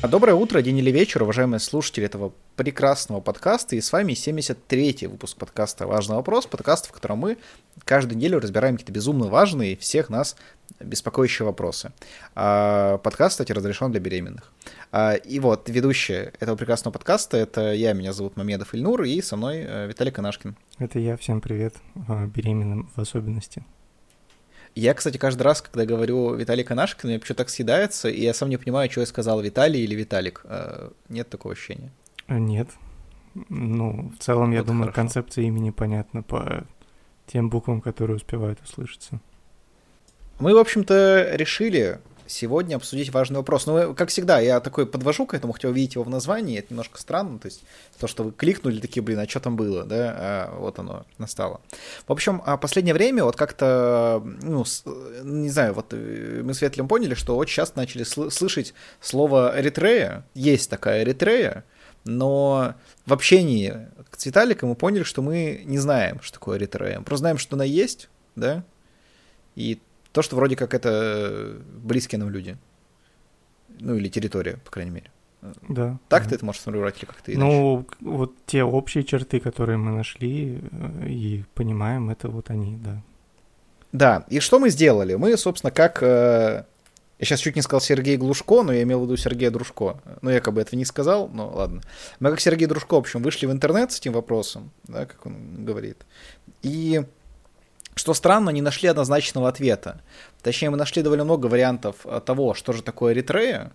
Доброе утро, день или вечер, уважаемые слушатели этого прекрасного подкаста. И с вами 73-й выпуск подкаста «Важный вопрос», подкаст, в котором мы каждую неделю разбираем какие-то безумно важные, всех нас беспокоящие вопросы. Подкаст, кстати, разрешен для беременных. И вот ведущая этого прекрасного подкаста — это я, меня зовут Мамедов Ильнур, и со мной Виталий Канашкин. Это я, всем привет, беременным в особенности. Я, кстати, каждый раз, когда говорю Виталий Канашкин, мне почему-то так съедается, и я сам не понимаю, что я сказал, Виталий или Виталик. Нет такого ощущения? Нет. Ну, в целом, я думаю, хорошо. концепция имени понятна по тем буквам, которые успевают услышаться. Мы, в общем-то, решили сегодня обсудить важный вопрос. Ну, как всегда, я такой подвожу к этому, хотя увидеть его в названии, это немножко странно, то есть то, что вы кликнули, такие, блин, а что там было, да, вот оно настало. В общем, последнее время вот как-то, ну, не знаю, вот мы с Ветлем поняли, что очень часто начали слышать слово «Эритрея», есть такая Эритрея, но в общении с Виталиком мы поняли, что мы не знаем, что такое Эритрея, мы просто знаем, что она есть, да, и то, что вроде как это близкие нам люди. Ну, или территория, по крайней мере. Да. Так да. ты это можешь сформулировать или как-то иначе? Ну, вот те общие черты, которые мы нашли и понимаем, это вот они, да. Да, и что мы сделали? Мы, собственно, как... Я сейчас чуть не сказал Сергей Глушко, но я имел в виду Сергея Дружко. Ну, я как бы этого не сказал, но ладно. Мы как Сергей Дружко, в общем, вышли в интернет с этим вопросом, да, как он говорит. И... Что странно, не нашли однозначного ответа. Точнее, мы нашли довольно много вариантов того, что же такое Эритрея.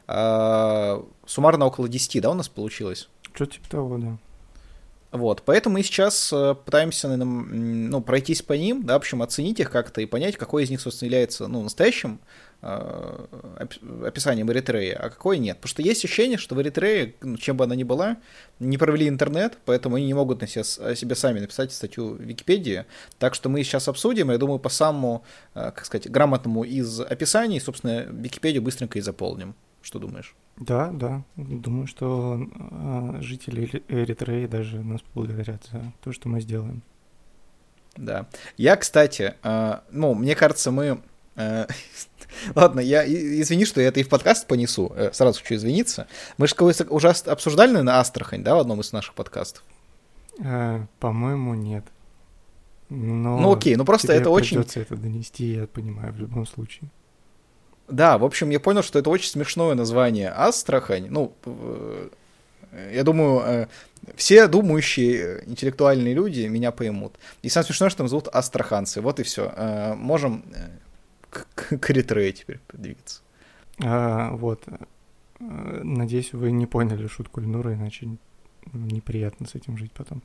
Суммарно около 10, да, у нас получилось? Что-то типа того, да. Вот, поэтому мы сейчас пытаемся, ну, пройтись по ним, да, в общем, оценить их как-то и понять, какой из них, собственно, является, ну, настоящим описанием Эритреи, а какой нет. Потому что есть ощущение, что в Эритрее, чем бы она ни была, не провели интернет, поэтому они не могут о себе сами написать статью в Википедии. Так что мы сейчас обсудим, я думаю, по самому, как сказать, грамотному из описаний, собственно, Википедию быстренько и заполним. Что думаешь? Да, да. Думаю, что жители Эритреи даже нас поблагодарят за то, что мы сделаем. Да. Я, кстати, ну, мне кажется, мы... Ладно, я извини, что я это и в подкаст понесу. Сразу хочу извиниться. Мы же уже обсуждали, наверное, Астрахань, да, в одном из наших подкастов? По-моему, нет. Но ну окей, ну просто это очень... придется это донести, я понимаю, в любом случае. Да, в общем, я понял, что это очень смешное название Астрахань. Ну, я думаю, все думающие интеллектуальные люди меня поймут. И самое смешное, что там зовут астраханцы. Вот и все. Можем к Эритрее теперь двигаться. Вот. Надеюсь, вы не поняли шутку Ильнура, иначе неприятно с этим жить потом.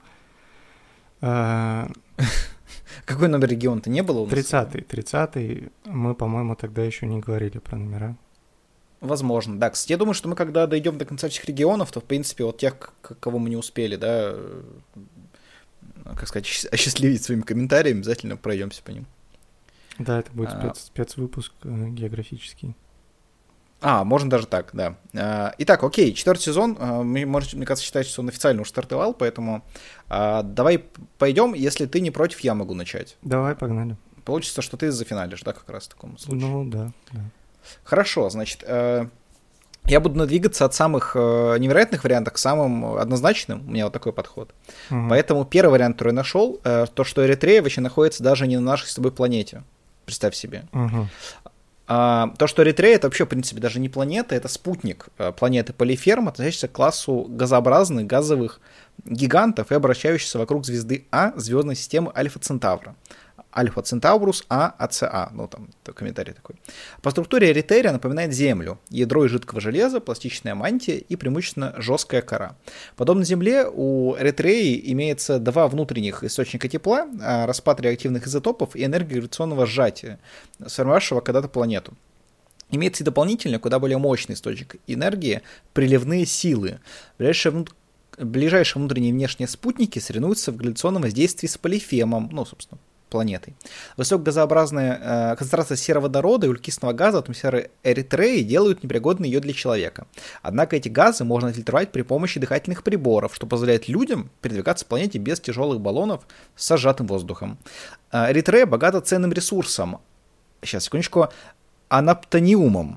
Какой номер региона-то не было у нас? 30-й. Мы, по-моему, тогда еще не говорили про номера. Возможно, да. Кстати, я думаю, что мы когда дойдем до конца всех регионов, то, в принципе, вот тех, кого мы не успели, да, как сказать, осчастливить своими комментариями, обязательно пройдемся по ним. Да, это будет спецвыпуск географический. Можно даже так, да. Итак, окей, 4-й сезон, мне кажется, считать, что он официально уже стартовал, поэтому давай пойдем, если ты не против, я могу начать. Давай, погнали. Получится, что ты зафиналишь, да, как раз в таком случае? Ну, да. Хорошо, значит, я буду надвигаться от самых невероятных вариантов к самым однозначным, у меня вот такой подход. Поэтому первый вариант, который я нашел, то, что Эритрея вообще находится даже не на нашей с тобой планете, представь себе. То, что Эритрея — это вообще, в принципе, даже не планета, это спутник планеты Полиферм, относящийся к классу газообразных газовых гигантов и обращающийся вокруг звезды А звездной системы Альфа Центавра. Альфа Центаурус А АЦА, ну там комментарий такой. По структуре Эритрея напоминает Землю. Ядро из жидкого железа, пластичная мантия и преимущественно жесткая кора. Подобно Земле, у Эритреи имеется два внутренних источника тепла, распад реактивных изотопов и энергия гравитационного сжатия, сформировавшего когда-то планету. Имеется и дополнительный, куда более мощный источник энергии — приливные силы. Ближайшие внутренние и внешние спутники соревнуются в гравитационном воздействии с Полифемом, ну, собственно, планетой. Высокогазообразная концентрация сероводорода и углекислого газа в атмосфере Эритреи делают непригодной ее для человека. Однако эти газы можно фильтровать при помощи дыхательных приборов, что позволяет людям передвигаться по планете без тяжелых баллонов с сжатым воздухом. Эритрея богата ценным ресурсом, сейчас, секундочку, анаптониумом,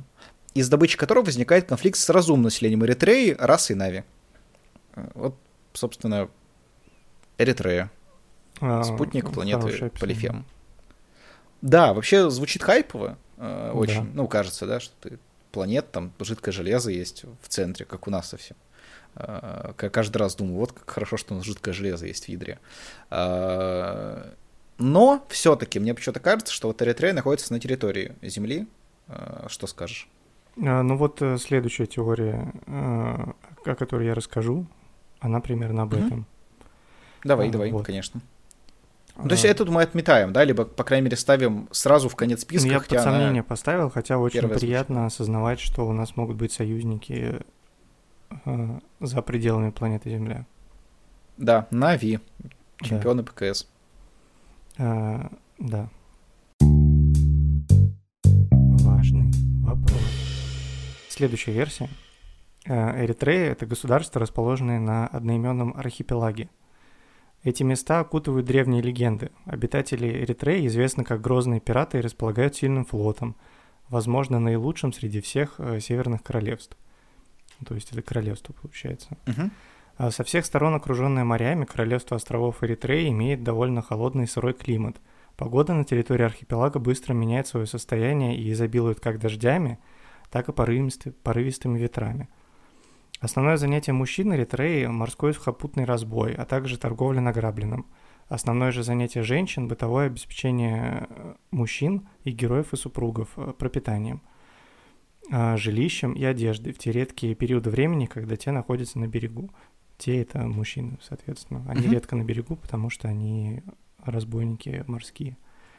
из добычи которого возникает конфликт с разумным населением Эритреи, расой Нави. Вот, собственно, Эритрея. Спутник планеты Полифем. Да, вообще звучит хайпово очень. Да. Ну, кажется, да, что ты планет, там жидкое железо есть в центре, как у нас совсем. Каждый раз думаю, вот как хорошо, что у нас жидкое железо есть в ядре. Но все-таки мне почему-то кажется, что вот Эритрея находится на территории Земли. Что скажешь? Ну вот следующая теория, о которой я расскажу, она примерно об этом. Давай, вот. Конечно. Ну, то есть эту мы отметаем, да, либо, по крайней мере, ставим сразу в конец списка. Я под сомнение поставил, хотя очень приятно осознавать, что у нас могут быть союзники за пределами планеты Земля. Да, Нави, чемпионы ПКС. Да. Важный вопрос. Следующая версия. Эритрея — это государство, расположенное на одноименном архипелаге. Эти места окутывают древние легенды. Обитатели Эритреи известны как грозные пираты и располагают сильным флотом, возможно, наилучшим среди всех северных королевств. То есть это королевство, получается. Со всех сторон, окруженное морями, королевство островов Эритреи имеет довольно холодный и сырой климат. Погода на территории архипелага быстро меняет свое состояние и изобилует как дождями, так и порывистыми ветрами. Основное занятие мужчин Эритреи – морской сухопутный разбой, а также торговля награбленным. Основное же занятие женщин – бытовое обеспечение мужчин и героев и супругов пропитанием, жилищем и одеждой в те редкие периоды времени, когда те находятся на берегу. Те – это мужчины, соответственно. Они редко на берегу, потому что они разбойники морские.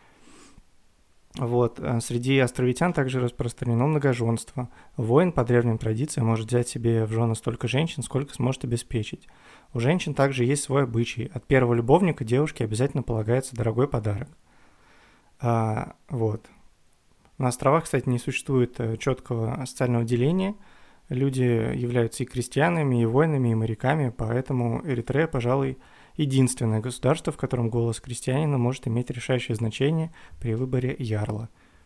Вот. Среди островитян также распространено многоженство. Воин по древним традициям может взять себе в жены столько женщин, сколько сможет обеспечить. У женщин также есть свой обычай. От первого любовника девушке обязательно полагается дорогой подарок. Вот. На островах, кстати, не существует четкого социального деления. Люди являются и крестьянами, и воинами, и моряками, поэтому Эритрея, пожалуй, единственное государство, в котором голос крестьянина может иметь решающее значение при выборе ярла.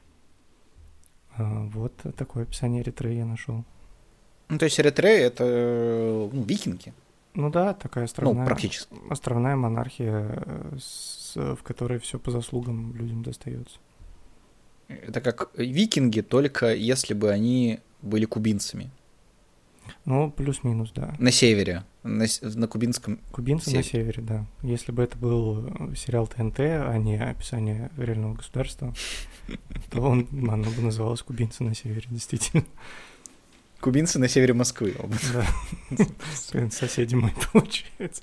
Вот такое описание Эритреи я нашел. Ну, то есть Эритрея — это викинги? Ну да, такая островная, практически. Островная монархия, в которой все по заслугам людям достается. Это как викинги, только если бы они были кубинцами. Ну, плюс-минус, да. На севере, на кубинском Кубинцы севере. На севере, да. Если бы это был сериал ТНТ, а не описание реального государства, то оно бы называлось «Кубинцы на севере», действительно. Кубинцы на севере Москвы. Да, соседи мои, получается.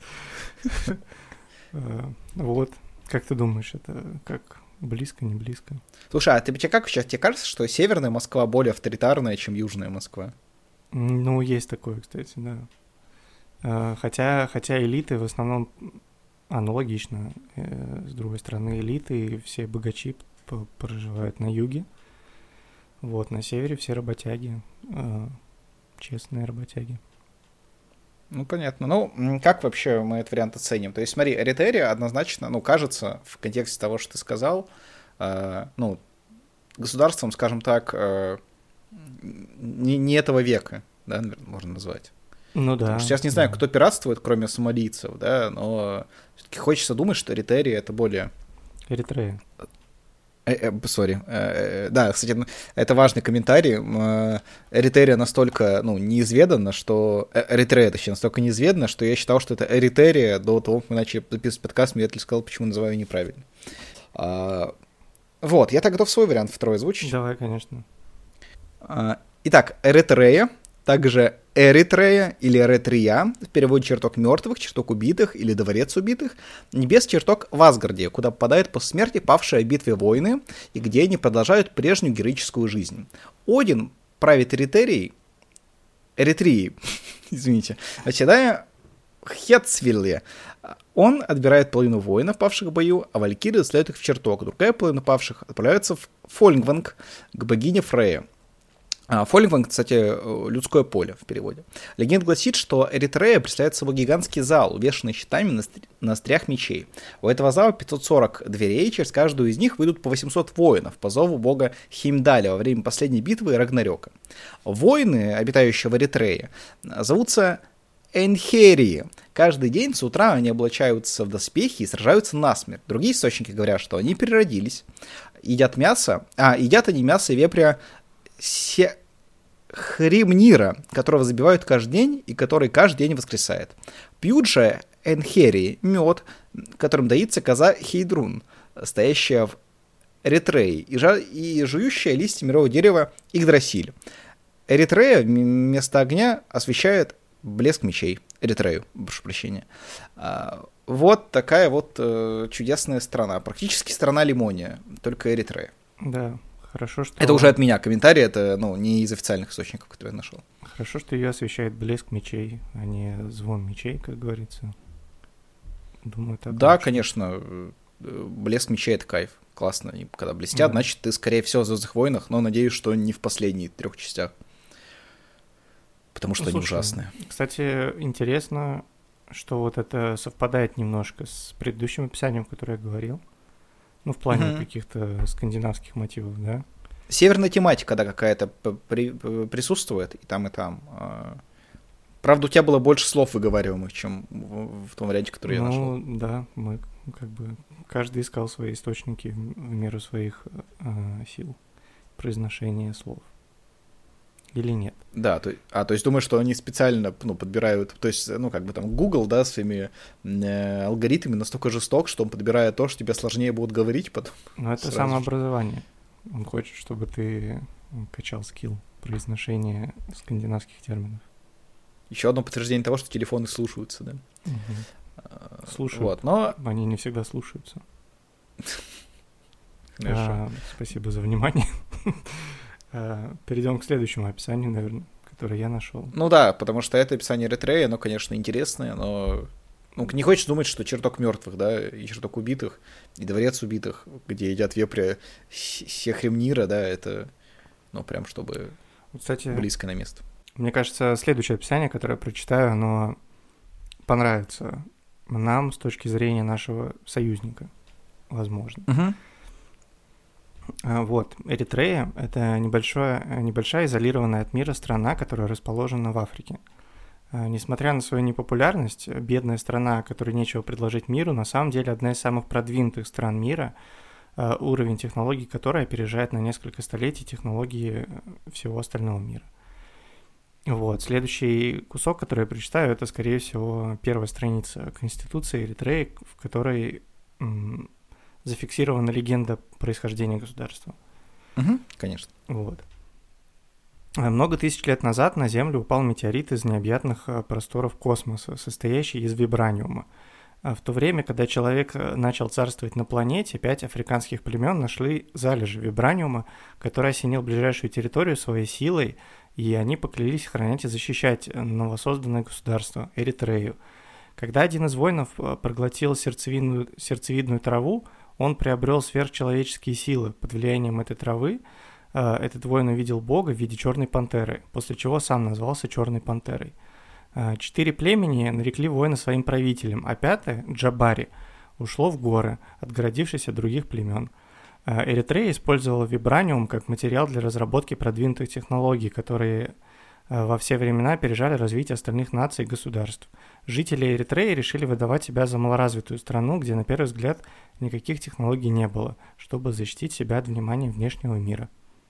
Вот, как ты думаешь, это как близко, не близко? Слушай, а тебе кажется, что северная Москва более авторитарная, чем южная Москва? Ну, есть такое, кстати, да. Хотя элиты в основном аналогично. С другой стороны, элиты и все богачи проживают на юге. Вот, на севере все работяги, честные работяги. Ну, понятно. Ну, как вообще мы этот вариант оценим? То есть, смотри, Эритрея однозначно, кажется, в контексте того, что ты сказал, государством, скажем так, не этого века, да, наверное, можно назвать. Ну да. Сейчас не знаю, кто пиратствует, кроме сомалийцев, да, но все-таки хочется думать, что Эритрея — это более... Эритрея. Да, кстати, это важный комментарий. Эритрея настолько, неизведана, что... Эритрея, точнее, настолько неизведана, что я считал, что это Эритрея до того, как мы начали записывать подкаст, мне сказал, почему называю неправильно. Вот, я так готов свой вариант второй озвучить. Давай, конечно. Итак, Эритрея, также Эритрея или Эритрия, в переводе чертог мертвых, чертог убитых или дворец убитых, небес чертог в Асгарде, куда попадают после смерти павшие в битве воины, и где они продолжают прежнюю героическую жизнь. Один правит Эритрией, извините, начиная Хетцвилле. Он отбирает половину воинов, павших в бою, а валькирии доставляют их в чертог. Другая половина павших отправляется в Фольнгванг к богине Фрейе. Фоллингван, кстати, людское поле в переводе. Легенда гласит, что Эритрея представляет собой гигантский зал, увешанный щитами на острях мечей. У этого зала 540 дверей, через каждую из них выйдут по 800 воинов по зову бога Хеймдаля во время последней битвы Рагнарёка. Воины, обитающие в Эритрее, зовутся Энхерии. Каждый день с утра они облачаются в доспехи и сражаются насмерть. Другие источники говорят, что они переродились, едят мясо, едят они мясо вепря Хримнира, которого забивают каждый день и который каждый день воскресает. Пьют же Энхерии мед, которым доится коза Хейдрун, стоящая в Эритрее, и жующая листья мирового дерева Игдрасиль. Эритрея вместо огня освещает блеск мечей. Эритрею, прошу прощения. Вот такая вот чудесная страна. Практически страна Лимония, только Эритрея. Да. Хорошо, что... Это уже от меня комментарий, это не из официальных источников, которые я нашел. Хорошо, что ее освещает блеск мечей, а не звон мечей, как говорится. Думаю, так. Да, лучше. Конечно, блеск мечей — это кайф. Классно, они когда блестят, да. Значит, ты, скорее всего, в «Звездных войнах», но надеюсь, что не в последних 3 частях. Потому что они ужасные. Кстати, интересно, что вот это совпадает немножко с предыдущим описанием, которое я говорил. В плане каких-то скандинавских мотивов, да? Северная тематика, да, какая-то присутствует и там, и там. Правда, у тебя было больше слов выговариваемых, чем в том варианте, который я нашел. Да, мы каждый искал свои источники в меру своих сил произношения слов. Или нет? Да, то есть думаешь, что они специально подбирают, то есть, там Google, да, своими алгоритмами настолько жесток, что он подбирает то, что тебе сложнее будут говорить потом. Это самообразование. Он хочет, чтобы ты качал скилл произношения скандинавских терминов. Еще одно подтверждение того, что телефоны слушаются, да? Слушают, вот, но... они не всегда слушаются. Хорошо. Спасибо за внимание. Перейдем к следующему описанию, наверное, которое я нашел. Да, потому что это описание Эритреи, оно, конечно, интересное, но не хочешь думать, что чертог мертвых, да, и чертог убитых, и дворец убитых, где едят вепря Сехремнира, да, это, прям чтобы Кстати, близко на место. Мне кажется, следующее описание, которое я прочитаю, оно понравится нам с точки зрения нашего союзника, возможно. Вот, Эритрея — это небольшая изолированная от мира страна, которая расположена в Африке. Несмотря на свою непопулярность, бедная страна, которой нечего предложить миру, на самом деле одна из самых продвинутых стран мира, уровень технологий которой опережает на несколько столетий технологии всего остального мира. Вот, следующий кусок, который я прочитаю, это, скорее всего, первая страница Конституции Эритреи, в которой зафиксирована легенда происхождения государства. Конечно. Вот. Много тысяч лет назад на Землю упал метеорит из необъятных просторов космоса, состоящий из вибраниума. В то время, когда человек начал царствовать на планете, 5 африканских племен нашли залежи вибраниума, который осенил ближайшую территорию своей силой, и они поклялись охранять и защищать новосозданное государство Эритрею. Когда один из воинов проглотил сердцевидную траву, он приобрел сверхчеловеческие силы. Под влиянием этой травы этот воин увидел Бога в виде черной пантеры, после чего сам назвался Черной пантерой. 4 племени нарекли воина своим правителем, а 5, Джабари, ушло в горы, отгородившись от других племен. Эритрея использовала вибраниум как материал для разработки продвинутых технологий, которые во все времена опережали развитие остальных наций и государств. Жители Эритреи решили выдавать себя за малоразвитую страну, где на первый взгляд никаких технологий не было, чтобы защитить себя от внимания внешнего мира.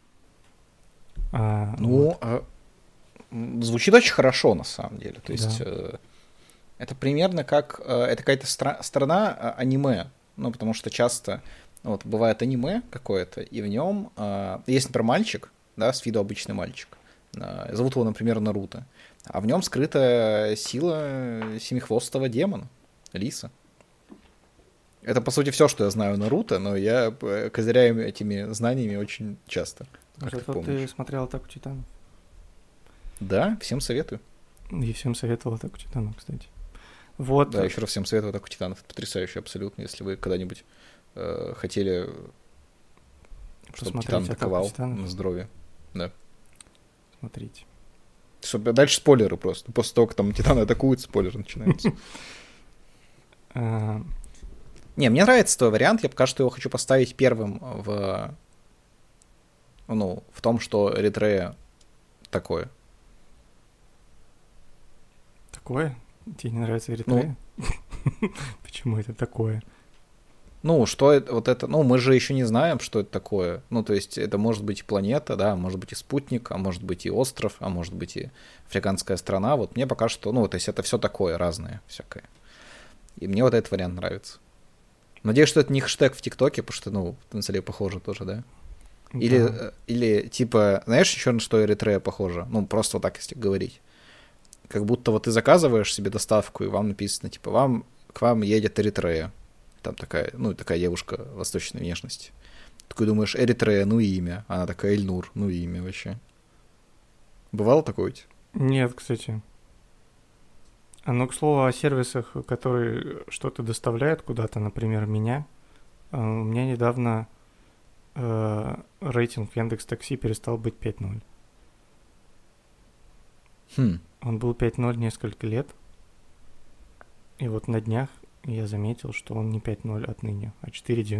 Звучит очень хорошо, на самом деле. То есть это примерно как... это какая-то страна аниме. Потому что часто бывает аниме какое-то, и в нем есть, например, мальчик, да, с виду обычный мальчик. Зовут его, например, Наруто. А в нем скрыта сила семихвостого демона, лиса. Это, по сути, все, что я знаю о Наруто, но я козыряю этими знаниями очень часто. Зато ты смотрел «Атаку Титанов». Да, всем советую. И всем советовал «Атаку Титанов», кстати. Вот. Да, еще раз всем советую «Атаку Титанов». Это потрясающе абсолютно, если вы когда-нибудь хотели, чтобы Титан атаковал на здоровье. Да. смотрите. Дальше спойлеры просто. После того, как там Титаны атакуют, спойлеры начинаются. Не, мне нравится твой вариант. Я пока что его хочу поставить первым в том, что Эритрея такое. Такое? Тебе не нравится Эритрея? Почему это такое? Что это, мы же еще не знаем, что это такое. То есть это может быть и планета, да, может быть и спутник, а может быть и остров, а может быть и африканская страна. Вот мне пока что, то есть это все такое разное всякое. И мне вот этот вариант нравится. Надеюсь, что это не хэштег в ТикТоке, потому что, в потенциале похоже тоже, да? Или типа, знаешь еще на что Эритрея похожа? Просто вот так, если говорить. Как будто вот ты заказываешь себе доставку, и вам написано, типа, к вам едет Эритрея. Там такая девушка восточной внешности. Такой думаешь, Эритрея, имя. Она такая, Эльнур, имя вообще. Бывало такое у тебя? Нет, кстати. К слову о сервисах, которые что-то доставляют куда-то, например, меня. У меня недавно рейтинг в Яндекс.Такси перестал быть 5.0. Он был 5.0 несколько лет. И вот на днях я заметил, что он не 5.0 отныне, а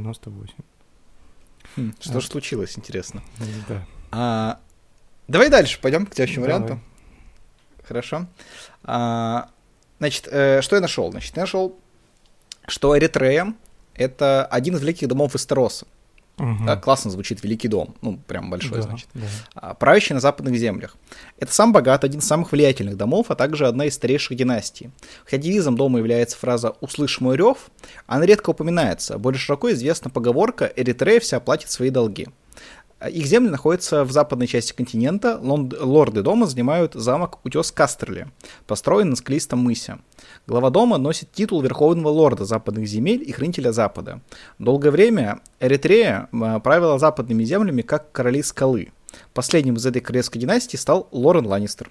4.98. Что же случилось, интересно? Да. Давай дальше, пойдем к следующему варианту. Хорошо. Значит, что я нашел? Я нашел, что Эритрея — это один из великих домов Вестероса. Да, классно звучит «Великий дом», прям большой, значит. Да. Правящий на западных землях. Это сам богат, один из самых влиятельных домов, а также одна из старейших династий. Хотя девизом дома является фраза «услышь мой рев», она редко упоминается. Более широко известна поговорка «Эритрея вся оплатит свои долги». Их земли находятся в западной части континента. Лорды дома занимают замок Утес Кастерли, построенный на скалистом мысе. Глава дома носит титул верховного лорда западных земель и хранителя Запада. Долгое время Эритрея правила западными землями как короли скалы. Последним из этой королевской династии стал Лорен Ланнистер.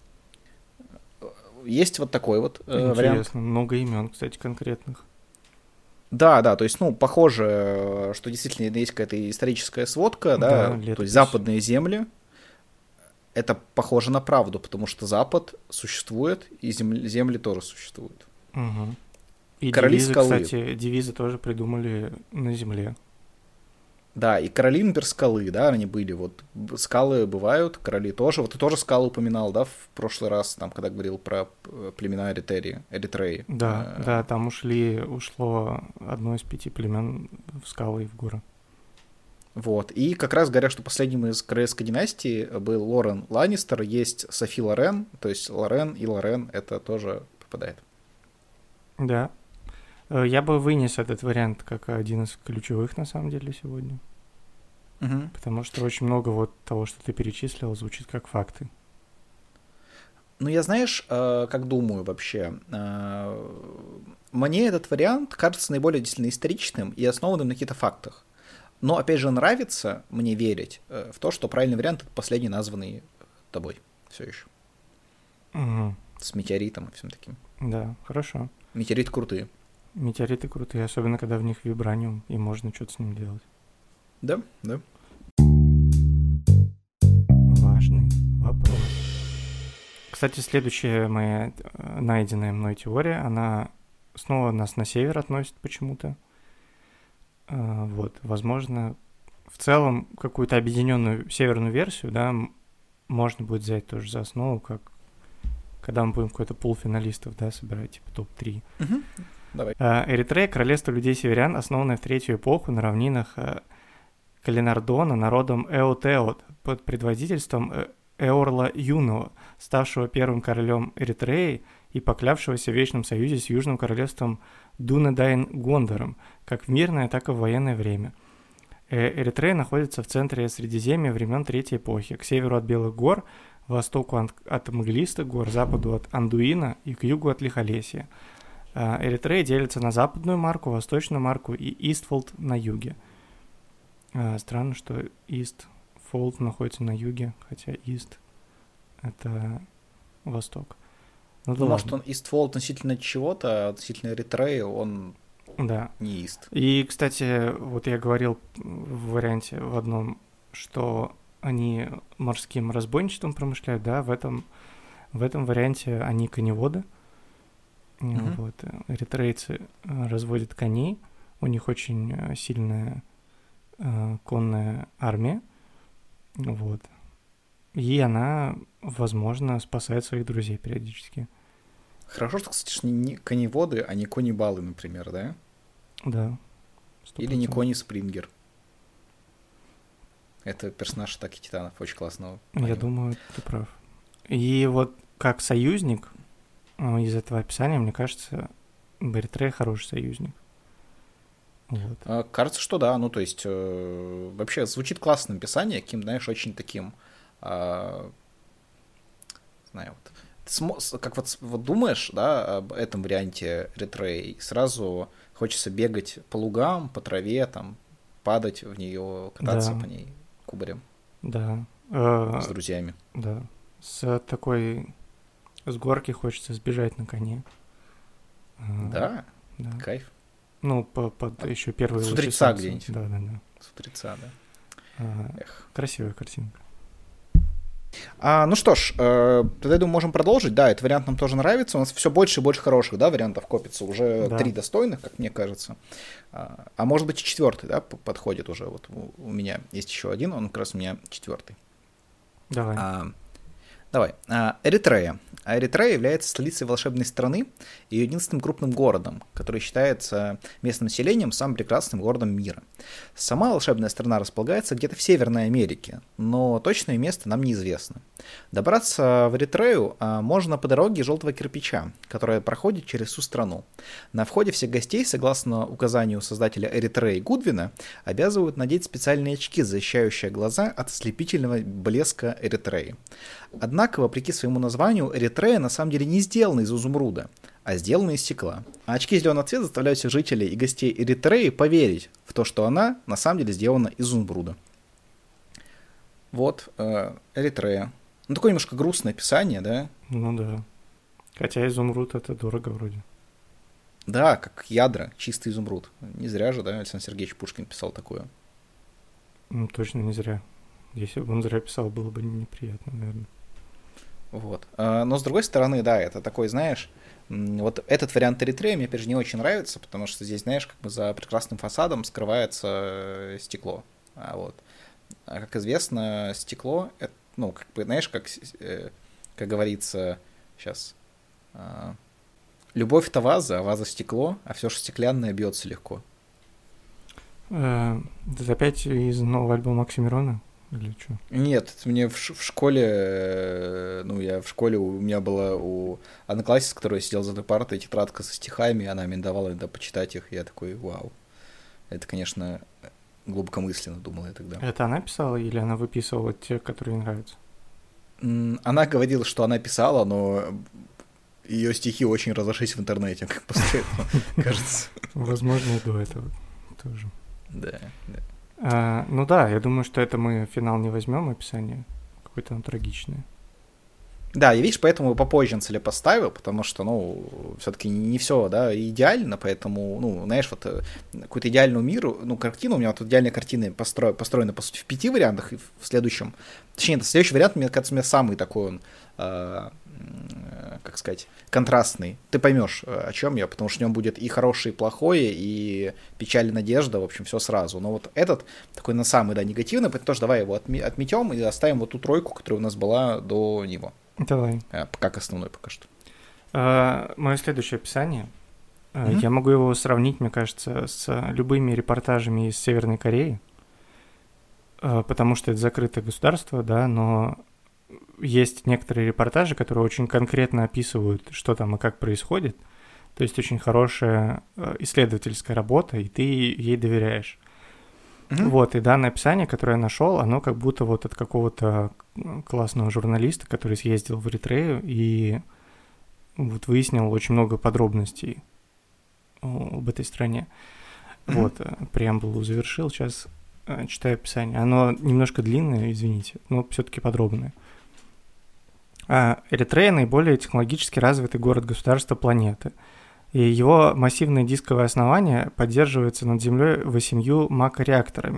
Есть вот такой вот вариант. Интересно, много имен, кстати, конкретных. Да, то есть, похоже, что действительно есть какая-то историческая сводка, да, то есть западные земли, это похоже на правду, потому что Запад существует, и земли тоже существуют. Угу. И короли девизы, скалы. Кстати, девизы тоже придумали на земле. Да, и короли, например, скалы, да, они были, вот скалы бывают, короли тоже, вот ты тоже скалы упоминал, да, в прошлый раз, там, когда говорил про племена Эритреи. Да, там ушло одно из 5 племен в скалы и в горы. Вот, и как раз говорят, что последним из королевской династии был Лорен Ланнистер, есть Софи Лорен, то есть Лорен и Лорен, это тоже попадает. Да. Я бы вынес этот вариант как один из ключевых, на самом деле, сегодня. Угу. Потому что очень много вот того, что ты перечислил, звучит как факты. Я, знаешь, как думаю вообще, мне этот вариант кажется наиболее действительно историчным и основанным на каких-то фактах. Но, опять же, нравится мне верить в то, что правильный вариант — это последний названный тобой все еще. Угу. С метеоритом и всем таким. Да, хорошо. Метеориты крутые. Метеориты крутые, особенно когда в них вибраниум, и можно что-то с ним делать. Да. Важный вопрос. Кстати, следующая моя найденная мной теория, она снова нас на север относит почему-то. Вот, возможно, в целом какую-то объединенную северную версию, да, можно будет взять тоже за основу, как когда мы будем какой-то пул финалистов, да, собирать, типа топ-3. Угу. Давай. Эритрея — королевство людей-северян, основанное в третью эпоху на равнинах Калинардона народом Эотеот под предводительством Эорла Юного, ставшего первым королем Эритреи и поклявшегося в вечном союзе с Южным королевством Дунедайн-Гондором, как в мирное, так и в военное время. Эритрея находится в центре Средиземья времен Третьей эпохи, к северу от Белых гор, к востоку от Мглистых гор, к западу от Андуина и к югу от Лихолесья. Эритрея делится на западную марку, восточную марку и Истфолд на юге. Странно, что Истфолд находится на юге, хотя Ист — это восток. Может, он Истфолд относительно чего-то, а относительно Эритреи он не Ист. И, кстати, вот я говорил в варианте в одном, что они морским разбойничеством промышляют, да, в этом варианте они коневоды. Вот. Эритрейцы разводят коней, у них очень сильная конная армия, вот. И она, возможно, спасает своих друзей периодически. Хорошо, что, кстати, не коневоды, а не конибалы, например, да? Да. 100%. Или не Кони Спрингер. Это персонаж Атаки Титанов, очень классного. Я думаю, ты прав. И вот как союзник из этого описания, мне кажется, Эритрея хороший союзник. Вот. Кажется, что да. Ну, то есть, вообще звучит классное описание, каким, знаешь, очень таким, знаю, вот, как вот думаешь, да, об этом варианте Эритреи, и сразу хочется бегать по лугам, по траве, там, падать в нее, кататься по ней кубарем. Да. С друзьями. Да. С горки хочется сбежать на коне. Да? Кайф. Ну, под еще первые с утреца где-нибудь. Да. С утреца, да. Красивая картинка. Ну что ж, тогда, я думаю, можем продолжить. Да, этот вариант нам тоже нравится. У нас все больше и больше хороших, да, вариантов копится. Уже 3 достойных, как мне кажется. А может быть и 4-й, да, подходит уже. Вот у меня есть еще один, он как раз у меня 4-й. Давай. Эритрея. Эритрея является столицей волшебной страны и единственным крупным городом, который считается местным населением самым прекрасным городом мира. Сама волшебная страна располагается где-то в Северной Америке, но точное место нам неизвестно. Добраться в Эритрею можно по дороге желтого кирпича, которая проходит через всю страну. На входе всех гостей, согласно указанию создателя Эритреи Гудвина, обязывают надеть специальные очки, защищающие глаза от ослепительного блеска Эритреи. Однако, вопреки своему названию, Эритрея на самом деле не сделана из изумруда, а сделана из стекла. А очки зеленого цвета заставляют всех жителей и гостей Эритреи поверить в то, что она на самом деле сделана из изумруда. Вот, Эритрея. Ну, такое немножко грустное описание, да? Ну да. Хотя изумруд — это дорого вроде. Да, как ядра, чистый изумруд. Не зря же, да, Александр Сергеевич Пушкин писал такое. Ну, точно не зря. Если бы он зря писал, было бы неприятно, наверное. Вот. Но с другой стороны, да, это такой, знаешь, вот этот вариант Эритреи мне, опять же, не очень нравится, потому что здесь, знаешь, как бы за прекрасным фасадом скрывается стекло. Вот. А как известно, стекло, это, ну, как бы, знаешь, как говорится сейчас, любовь — это ваза, а ваза — стекло, а все, что стеклянное, бьется легко. Это опять из нового альбома Оксимирона? Или что? Нет, мне в школе, у меня была у одноклассницы, с которой я сидел за этой партой, тетрадка со стихами, она мне давала иногда почитать их, и я такой, вау. Это, конечно, глубокомысленно, думал я тогда. Это она писала или она выписывала те, которые ей нравятся? Она говорила, что она писала, но ее стихи очень разошлись в интернете, как после этого, кажется. Возможно, и до этого тоже. Да. Ну да, я думаю, что это мы финал не возьмем, описание какое-то оно трагичное. Да, и видишь, поэтому попозже на поставил, потому что, все-таки не все, да, идеально, поэтому, знаешь, вот какую-то идеальную миру, картину, у меня вот идеальная картина построена, по сути, в 5 вариантах, и в следующем, точнее, следующий вариант, мне кажется, у меня самый такой он, как сказать, контрастный. Ты поймешь, о чем я, потому что в нем будет и хорошее, и плохое, и печаль, и надежда, в общем, все сразу. Но вот этот такой на самый, да, негативный, поэтому тоже давай его отметем и оставим вот ту тройку, которая у нас была до него. Давай. Как основной пока что. Мое следующее описание. Я могу его сравнить, мне кажется, с любыми репортажами из Северной Кореи, потому что это закрытое государство, да, но есть некоторые репортажи, которые очень конкретно описывают, что там и как происходит. То есть очень хорошая исследовательская работа, и ты ей доверяешь. Вот, и данное описание, которое я нашел, оно как будто вот от какого-то классного журналиста, который съездил в Эритрею и вот выяснил очень много подробностей об этой стране. Вот, преамбулу завершил, сейчас читаю описание. Оно немножко длинное, извините, но все-таки подробное. Эритрея — наиболее технологически развитый город-государство планеты. И его массивное дисковое основание поддерживается над Землей 8 макрореакторами,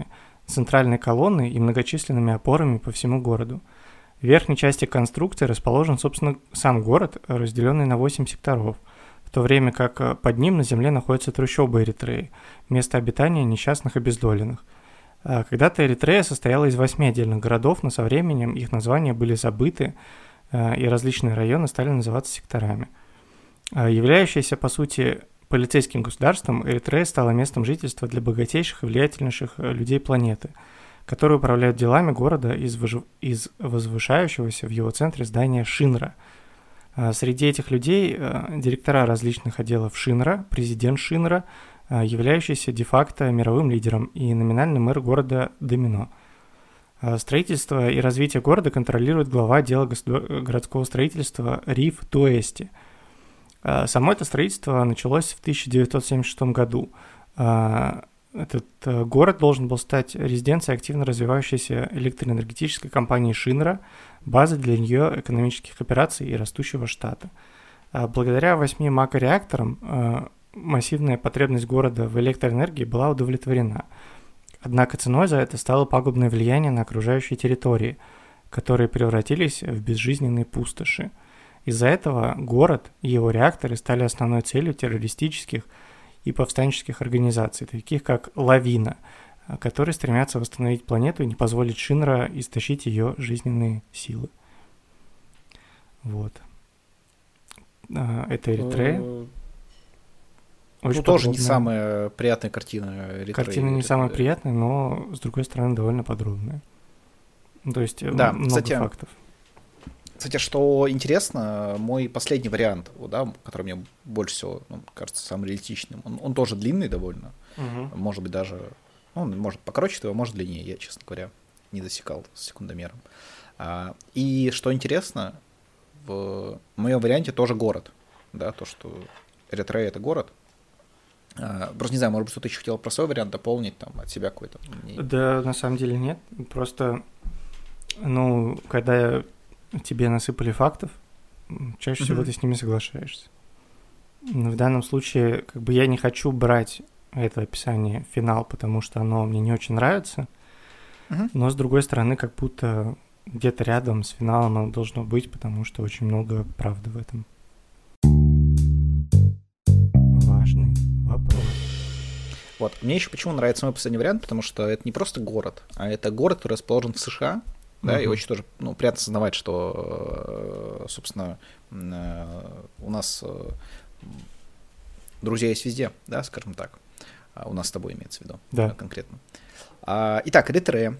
центральной колонной и многочисленными опорами по всему городу. В верхней части конструкции расположен, собственно, сам город, разделенный на 8 секторов, в то время как под ним на земле находятся трущобы Эритреи, место обитания несчастных обездоленных. Когда-то Эритрея состояла из 8 отдельных городов, но со временем их названия были забыты, и различные районы стали называться секторами. Являющаяся, по сути, полицейским государством, Эритрея стала местом жительства для богатейших и влиятельнейших людей планеты, которые управляют делами города из возвышающегося в его центре здания Шинра. Среди этих людей директора различных отделов Шинра, президент Шинра, являющийся де-факто мировым лидером, и номинальный мэр города Домино. Строительство и развитие города контролирует глава отдела городского строительства Риф Туэсти. Само это строительство началось в 1976 году. Этот город должен был стать резиденцией активно развивающейся электроэнергетической компании Шинра, базой для нее экономических операций и растущего штата. Благодаря 8 макрореакторам массивная потребность города в электроэнергии была удовлетворена. Однако ценой за это стало пагубное влияние на окружающие территории, которые превратились в безжизненные пустоши. Из-за этого город и его реакторы стали основной целью террористических и повстанческих организаций, таких как «Лавина», которые стремятся восстановить планету и не позволить Шинра истощить ее жизненные силы. Вот. Это Эритрея. Очень тоже не самая приятная картина Эритреи. Картина не самая приятная, но, с другой стороны, довольно подробная. То есть да, много фактов. Кстати, что интересно, мой последний вариант, да, который мне больше всего кажется самым реалистичным, он тоже длинный довольно, может быть даже, может покороче его, может длиннее, я, честно говоря, не засекал с секундомером. И что интересно, в моем варианте тоже город, да, то, что Эритрея — это город. Просто не знаю, может быть, что-то еще хотел про свой вариант дополнить, там, от себя какой-то. Да, на самом деле нет, просто, когда тебе насыпали фактов, чаще всего ты с ними соглашаешься. Но в данном случае, я не хочу брать это описание в финал, потому что оно мне не очень нравится, но, с другой стороны, как будто где-то рядом с финалом оно должно быть, потому что очень много правды в этом. Важный вопрос. Вот, мне еще почему нравится мой последний вариант, потому что это не просто город, а это город, который расположен в США. Да, и очень тоже приятно осознавать, что, собственно, у нас друзья есть везде, да, скажем так. У нас с тобой имеется в виду, да. Конкретно. Итак, Эритрея.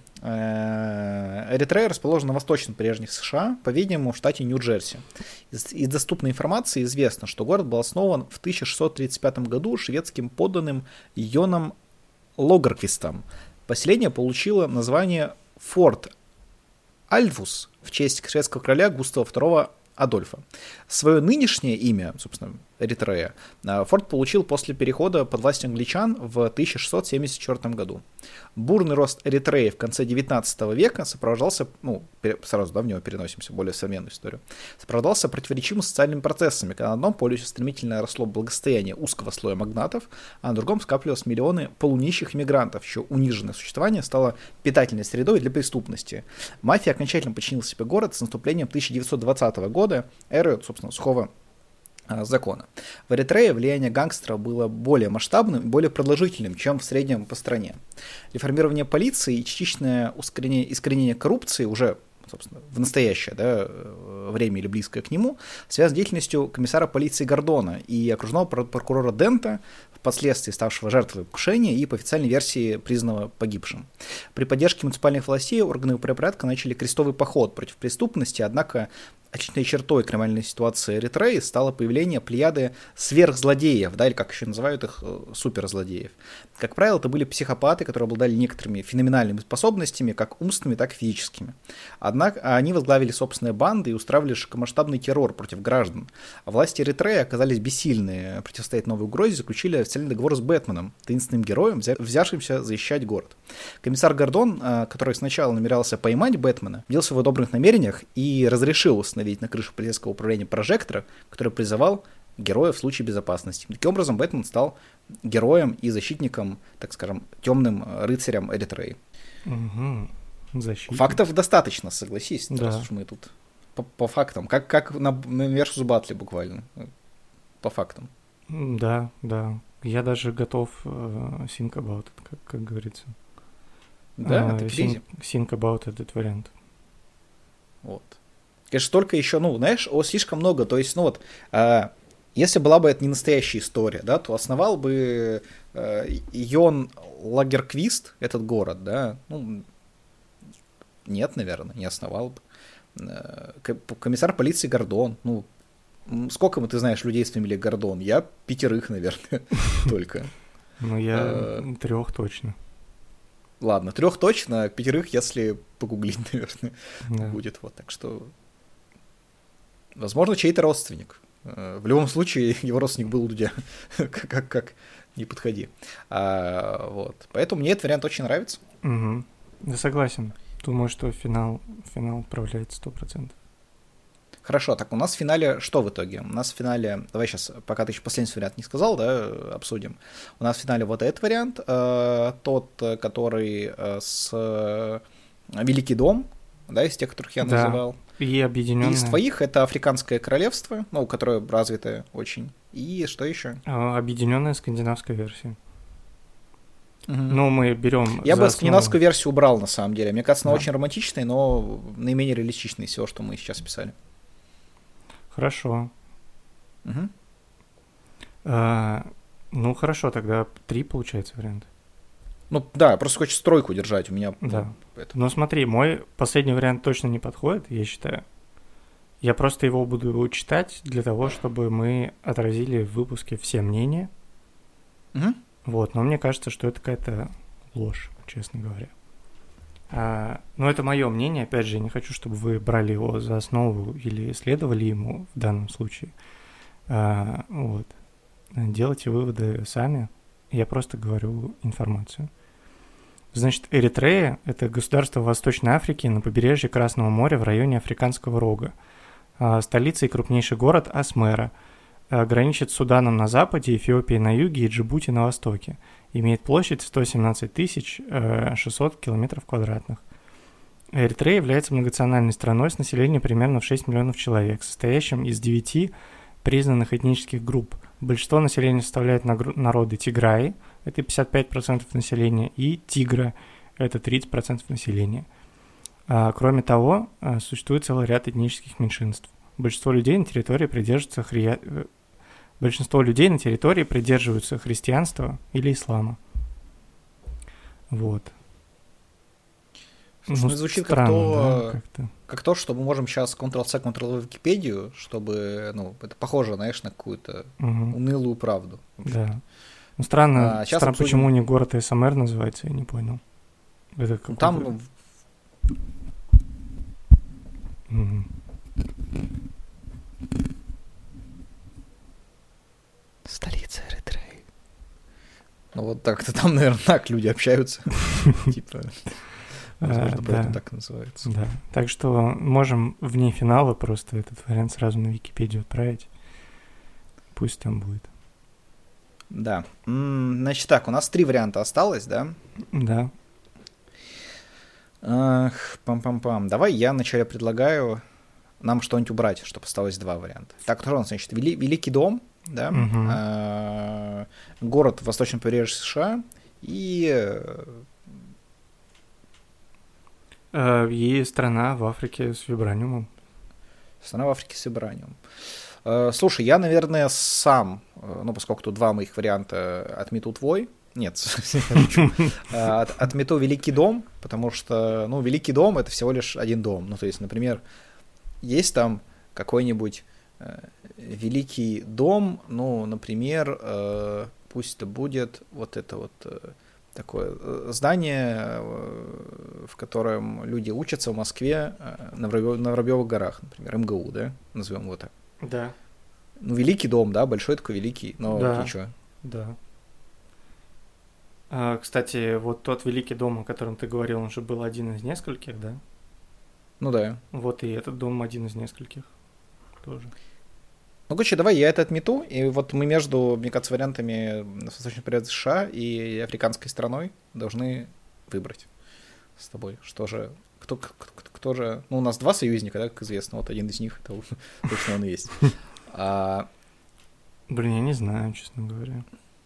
Эритрея расположена на восточном побережье США, по-видимому, в штате Нью-Джерси. Из доступной информации известно, что город был основан в 1635 году шведским подданным Йоном Логарквистом. Поселение получило название Форт Альвус в честь шведского короля Густава II Адольфа. Свое нынешнее имя, собственно, Эритрея, форт получил после перехода под власть англичан в 1674 году. Бурный рост Эритреи в конце 19 века сопровождался, сразу в него переносимся в более современную историю, сопровождался противоречивыми социальными процессами, когда на одном полюсе стремительно росло благосостояние узкого слоя магнатов, а на другом скапливалось миллионы полунищих иммигрантов, чье униженное существование стало питательной средой для преступности. Мафия окончательно подчинила себе город с наступлением 1920 года, эры, собственно, сухого закона. В Эритрее влияние гангстеров было более масштабным и более продолжительным, чем в среднем по стране. Реформирование полиции и частичное искоренение коррупции уже, собственно, в настоящее время или близкое к нему, связано с деятельностью комиссара полиции Гордона и окружного прокурора Дента, впоследствии ставшего жертвой покушения и, по официальной версии, признанного погибшим. При поддержке муниципальных властей органы правопорядка начали крестовый поход против преступности, однако отличной чертой криминальной ситуации Эритреи стало появление плеяды сверхзлодеев, или как еще называют их, суперзлодеев. Как правило, это были психопаты, которые обладали некоторыми феноменальными способностями, как умственными, так и физическими. Однако они возглавили собственные банды и устраивали широкомасштабный террор против граждан. А власти Эритреи оказались бессильны противостоять новой угрозе, заключили официальный договор с Бэтменом, таинственным героем, взявшимся защищать город. Комиссар Гордон, который сначала намерялся поймать Бэтмена, бился в его добрых намерениях и разрешил установить на крышу полицейского управления прожектора, который призывал героя в случае безопасности. Таким образом, Бэтмен стал героем и защитником, так скажем, темным рыцарем Эритреи. Угу. Защита. Фактов достаточно, согласись, Да. раз уж мы тут по фактам. Как на Versus Battle буквально. По фактам. Да, да. Я даже готов think about it, как говорится. Да, это кризи. Think about этот вариант. Вот. Конечно, только еще, ну, знаешь, слишком много. То есть, ну вот, если была бы это не настоящая история, да, то основал бы Йон Лагерквист этот город, да, ну, нет, наверное, не основал бы. Комиссар полиции Гордон, ну, сколько ты знаешь людей с фамилией Гордон? Я 5, наверное, только. Ну, я 3 точно. Ладно, 3 точно, 5, если погуглить, наверное, Да. будет. Вот, так что, возможно, чей-то родственник. В любом случае, его родственник был у Дудя. Как не подходи. Вот. Поэтому мне этот вариант очень нравится. Угу. Я согласен. Думаю, что финал отправляется 100%. Хорошо, так у нас в финале что в итоге? У нас в финале, давай сейчас, пока ты еще последний вариант не сказал, да, обсудим. У нас в финале вот этот вариант, тот, который с Великий дом, да, из тех, которых я называл. И объединенное. Из твоих это Африканское королевство, ну, которое развитое очень. И что еще? Объединенная скандинавская версия. Ну, мы берем. Я бы скандинавскую версию убрал, на самом деле. Мне кажется, она Да. очень романтичная, но наименее реалистичная из всего, что мы сейчас писали. Хорошо. Угу. Ну, хорошо, тогда 3 получается вариант. Ну, да, просто хочется стройку держать у меня. Да. Но смотри, мой последний вариант точно не подходит, я считаю. Я просто его буду читать для того, чтобы мы отразили в выпуске все мнения. Угу. Вот, но мне кажется, что это какая-то ложь, честно говоря. Но это мое мнение, опять же, я не хочу, чтобы вы брали его за основу или следовали ему в данном случае. Вот. Делайте выводы сами, я просто говорю информацию. Значит, Эритрея – это государство в Восточной Африке на побережье Красного моря в районе Африканского рога. Столица и крупнейший город Асмера. Граничит с Суданом на западе, Эфиопией на юге и Джибути на востоке. Имеет площадь 117 600 километров квадратных. Эритрея является многонациональной страной с населением примерно в 6 миллионов человек, состоящим из 9 признанных этнических групп. Большинство населения составляют народы Тиграи, это 55% населения, и Тигра, это 30% населения. Кроме того, существует целый ряд этнических меньшинств. Большинство людей на территории придерживаются христианства или ислама. Вот. Слушай, ну, звучит странно, как то, что мы можем сейчас Ctrl-C, Ctrl-V в Википедию, чтобы, ну, это похоже, знаешь, на какую-то унылую правду. Да. Ну, странно, почему не город СМР называется, я не понял. Это ну, там... Столица Эритреи. Ну вот так-то там, наверное, так люди общаются. Типа, возможно, поэтому так называется. Да, так что можем вне финала просто этот вариант сразу на Википедию отправить. Пусть там будет. Да. Значит так, у нас 3 варианта осталось, да? Да. Пам-пам-пам. Давай я вначале предлагаю нам что-нибудь убрать, чтобы осталось 2 варианта. Так, что у нас, значит, Великий дом, да, город в восточном побережье США и страна в Африке с вибраниумом. Страна в Африке с вибраниумом. Слушай, я, наверное, сам, ну, поскольку тут 2 моих варианта, отмету твой. Нет, отмету Великий дом, потому что, ну, Великий дом — это всего лишь один дом. Ну, то есть, например, есть там какой-нибудь Великий дом, ну, например, пусть это будет вот это вот такое здание, в котором люди учатся в Москве на Воробьевых горах, например, МГУ, да, назовем его так. Да. Ну, Великий дом, да, большой такой великий, но да. ты чё? Да. Кстати, вот тот Великий дом, о котором ты говорил, он же был один из нескольких, да? Ну да. Вот и этот дом один из нескольких тоже. Ну, короче, давай я это отмету, и вот мы между, мне кажется, вариантами Восточного побережья США и африканской страной должны выбрать. с тобой? Что же, кто же... Ну, у нас два союзника, да, как известно, вот один из них, это точно он и есть. Блин, я не знаю, честно говоря.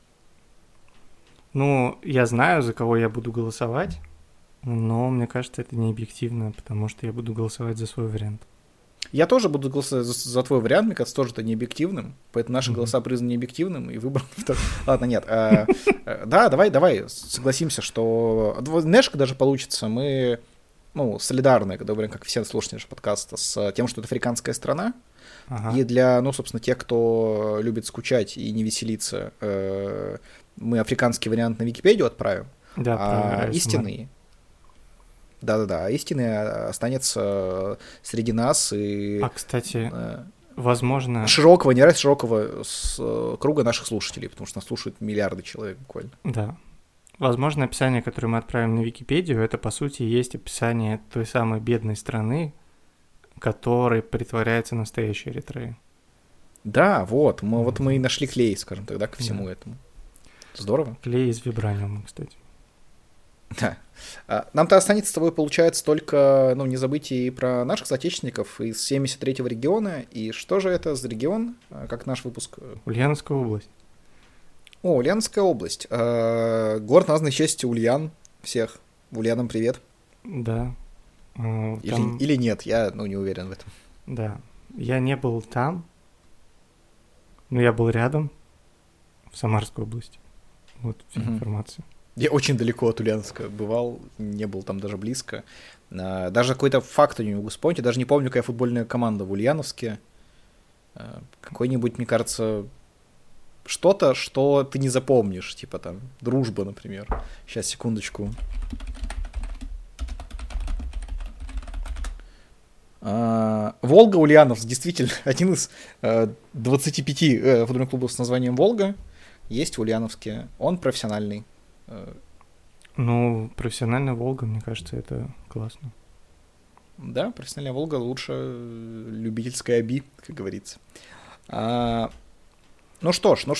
Ну, я знаю, за кого я буду голосовать, но мне кажется, это не объективно, потому что я буду голосовать за свой вариант. Я тоже буду голосовать за твой вариант, мне кажется, тоже это не объективным, поэтому наши голоса признаны необъективным, и выбор... Ладно, нет. Да, давай согласимся, что двойняшка даже получится, мы, ну, солидарны, когда говорим, как все слушатели нашего подкаста, с тем, что это африканская страна, и для, ну, собственно, тех, кто любит скучать и не веселиться, мы африканский вариант на Википедию отправим, а истинный... Да-да-да, истинный останется среди нас и... кстати, возможно... Широкого, не раз широкого круга наших слушателей, потому что нас слушают миллиарды человек буквально. Да. Возможно, описание, которое мы отправим на Википедию, это, по сути, есть описание той самой бедной страны, которой притворяется настоящая Эритрея. Да, вот мы и нашли клей, скажем тогда, ко всему этому. Здорово. Клей из вибраниума, кстати. Да. Нам-то останется с тобой, получается, только, ну, не забыть и про наших соотечественников из 73-го региона. И что же это за регион, как наш выпуск? Ульяновская область. О, Ульяновская область. Город названный в честь Ульян. Всех. Ульянам привет. Да. Или нет, я, ну, не уверен в этом. Да. Я не был там, но я был рядом, в Самарской области. Вот вся информация. Я очень далеко от Ульяновска бывал, не был там даже близко. Даже какой-то факт не могу вспомнить. Я даже не помню, какая футбольная команда в Ульяновске. Какой-нибудь, мне кажется, что-то, что ты не запомнишь. Типа там Дружба, например. Сейчас, секундочку. Волга Ульяновск, действительно, один из 25 футбольных клубов с названием Волга есть в Ульяновске. Он профессиональный. Ну, профессиональная Волга, мне кажется, это классно. Да, профессиональная Волга лучше любительской Аби, как говорится. Ну что ж.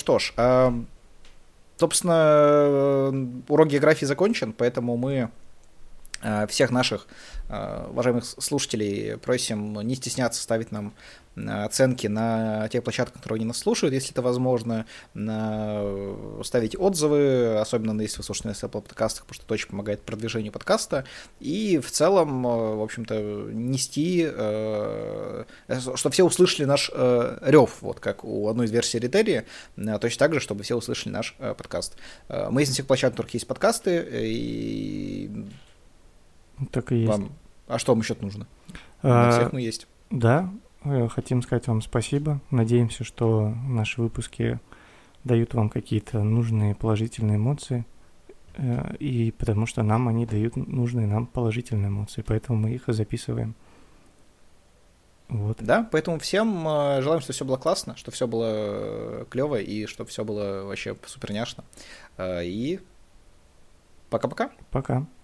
Собственно, урок географии закончен, поэтому мы всех наших уважаемых слушателей просим не стесняться ставить нам оценки на тех площадках, которые они нас слушают, если это возможно, ставить отзывы, особенно если вы слушаете на Apple подкастах, потому что это очень помогает продвижению подкаста, и в целом, в общем-то, нести, чтобы все услышали наш рев, вот как у одной из версий Ритерии, точно так же, чтобы все услышали наш подкаст. Мы есть на всех площадках, в которых есть подкасты, и так и есть. Вам... А что вам еще нужно? На всех мы есть. Да, хотим сказать вам спасибо. Надеемся, что наши выпуски дают вам какие-то нужные положительные эмоции, и потому что нам они дают нужные нам положительные эмоции, поэтому мы их и записываем. Вот. Да, поэтому всем желаем, чтобы все было классно, чтобы все было клево и чтобы все было вообще суперняшно. И пока-пока. Пока.